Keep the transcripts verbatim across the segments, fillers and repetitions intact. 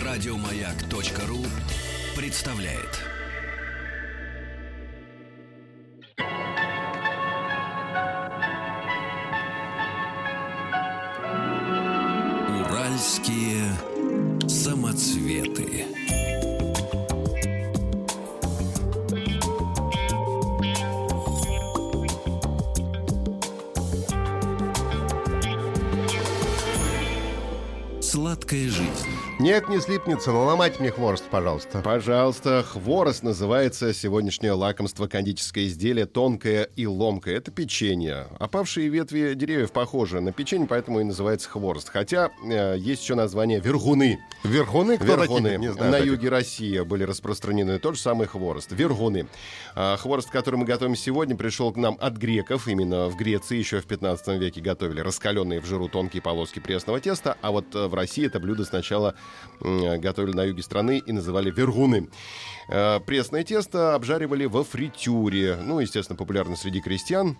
Радиомаяк.ру представляет. Уральские самоцветы. Сладкая жизнь. Нет, не слипнется, но ломайте мне хворост, пожалуйста. Пожалуйста. Хворост называется сегодняшнее лакомство, кондитерское изделие, тонкое и ломкое. Это печенье. Опавшие ветви деревьев похожи на печенье, поэтому и называется хворост. Хотя э, есть еще название вергуны. Вергуны? Кто Вергуны. такие? Не знаю, на таких. юге России были распространены тот же самый хворост. Вергуны. А хворост, который мы готовим сегодня, пришел к нам от греков. Именно в Греции еще в пятнадцатом веке готовили раскаленные в жиру тонкие полоски пресного теста. А вот в России это блюдо сначала готовили на юге страны и называли вергуны. Пресное тесто обжаривали во фритюре. Ну, естественно, популярно среди крестьян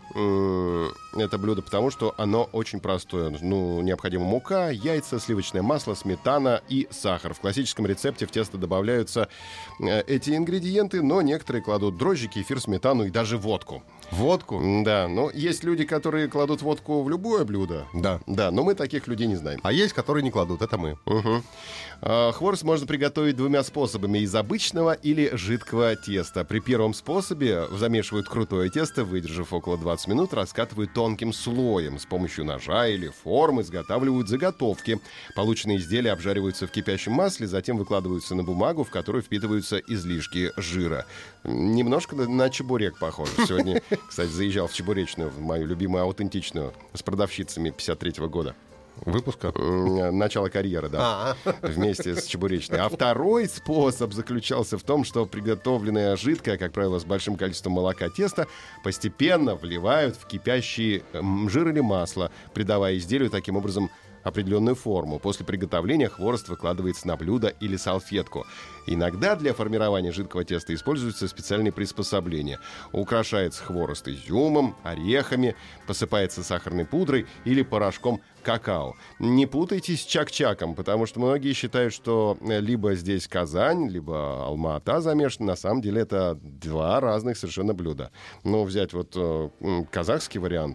это блюдо, потому что оно очень простое. Ну, необходима мука, яйца, сливочное масло, сметана и сахар. В классическом рецепте в тесто добавляются эти ингредиенты, но некоторые кладут дрожжи, кефир, сметану и даже водку. Водку? Да, но есть люди, которые кладут водку в любое блюдо. Да. Да, но мы таких людей не знаем. А есть, которые не кладут, это мы. Угу. А, хворост можно приготовить двумя способами: из обычного или жидкого теста. При первом способе замешивают крутое тесто, выдержав около двадцать минут, раскатывают тонким слоем. С помощью ножа или формы изготавливают заготовки. Полученные изделия обжариваются в кипящем масле, затем выкладываются на бумагу, в которую впитываются излишки жира. Немножко на, на чебурек похоже. Сегодня, кстати, заезжал в чебуречную, в мою любимую аутентичную, с продавщицами пятьдесят третьего года. Выпуска? Начало карьеры, да. А-а-а. Вместе с чебуречной. А второй способ заключался в том, что приготовленное жидкое, как правило, с большим количеством молока тесто, постепенно вливают в кипящий жир или масло, придавая изделию таким образом определенную форму. После приготовления хворост выкладывается на блюдо или салфетку. Иногда для формирования жидкого теста используются специальные приспособления. Украшается хворост изюмом, орехами, посыпается сахарной пудрой или порошком какао. Не путайте с чак-чаком, потому что многие считают, что либо здесь Казань, либо Алма-Ата замешаны. На самом деле это два разных совершенно блюда. Но взять вот э, казахский вариант.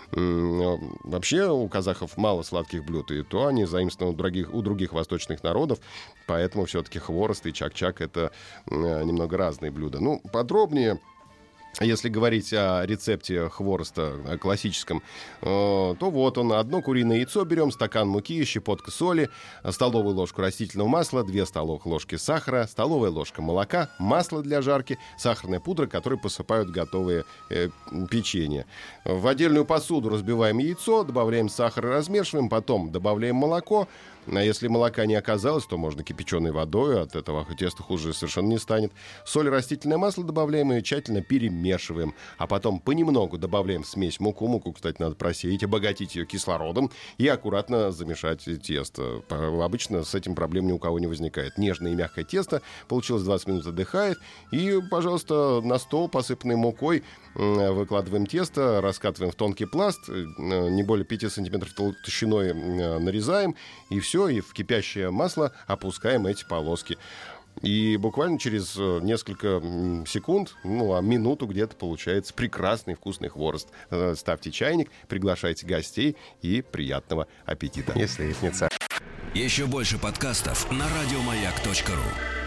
Вообще у казахов мало сладких блюд, и то они заимствованы у других, у других восточных народов, поэтому все-таки хворост и чак-чак — это немного разные блюда. Ну, подробнее, если говорить о рецепте хвороста, о классическом, то вот он. Одно куриное яйцо берем, стакан муки, щепотка соли, столовую ложку растительного масла, две столовых ложки сахара, столовая ложка молока, масло для жарки, сахарная пудра, которой посыпают готовые э, печенье. В отдельную посуду разбиваем яйцо, добавляем сахар и размешиваем, потом добавляем молоко. А если молока не оказалось, то можно кипяченой водой, от этого теста хуже совершенно не станет. Соль, растительное масло добавляем и тщательно перемешиваем. А потом понемногу добавляем в смесь муку. Муку, кстати, надо просеять, обогатить ее кислородом и аккуратно замешать тесто. Обычно с этим проблем ни у кого не возникает. Нежное и мягкое тесто получилось, двадцать минут отдыхает. И, пожалуйста, на стол, посыпанный мукой, выкладываем тесто, раскатываем в тонкий пласт, не более пяти сантиметров толщиной нарезаем, и все, и в кипящее масло опускаем эти полоски. И буквально через несколько секунд, ну, а минуту где-то, получается прекрасный вкусный хворост. Ставьте чайник, приглашайте гостей и приятного аппетита. Если липнется. Еще больше подкастов на радиомаяк точка ру.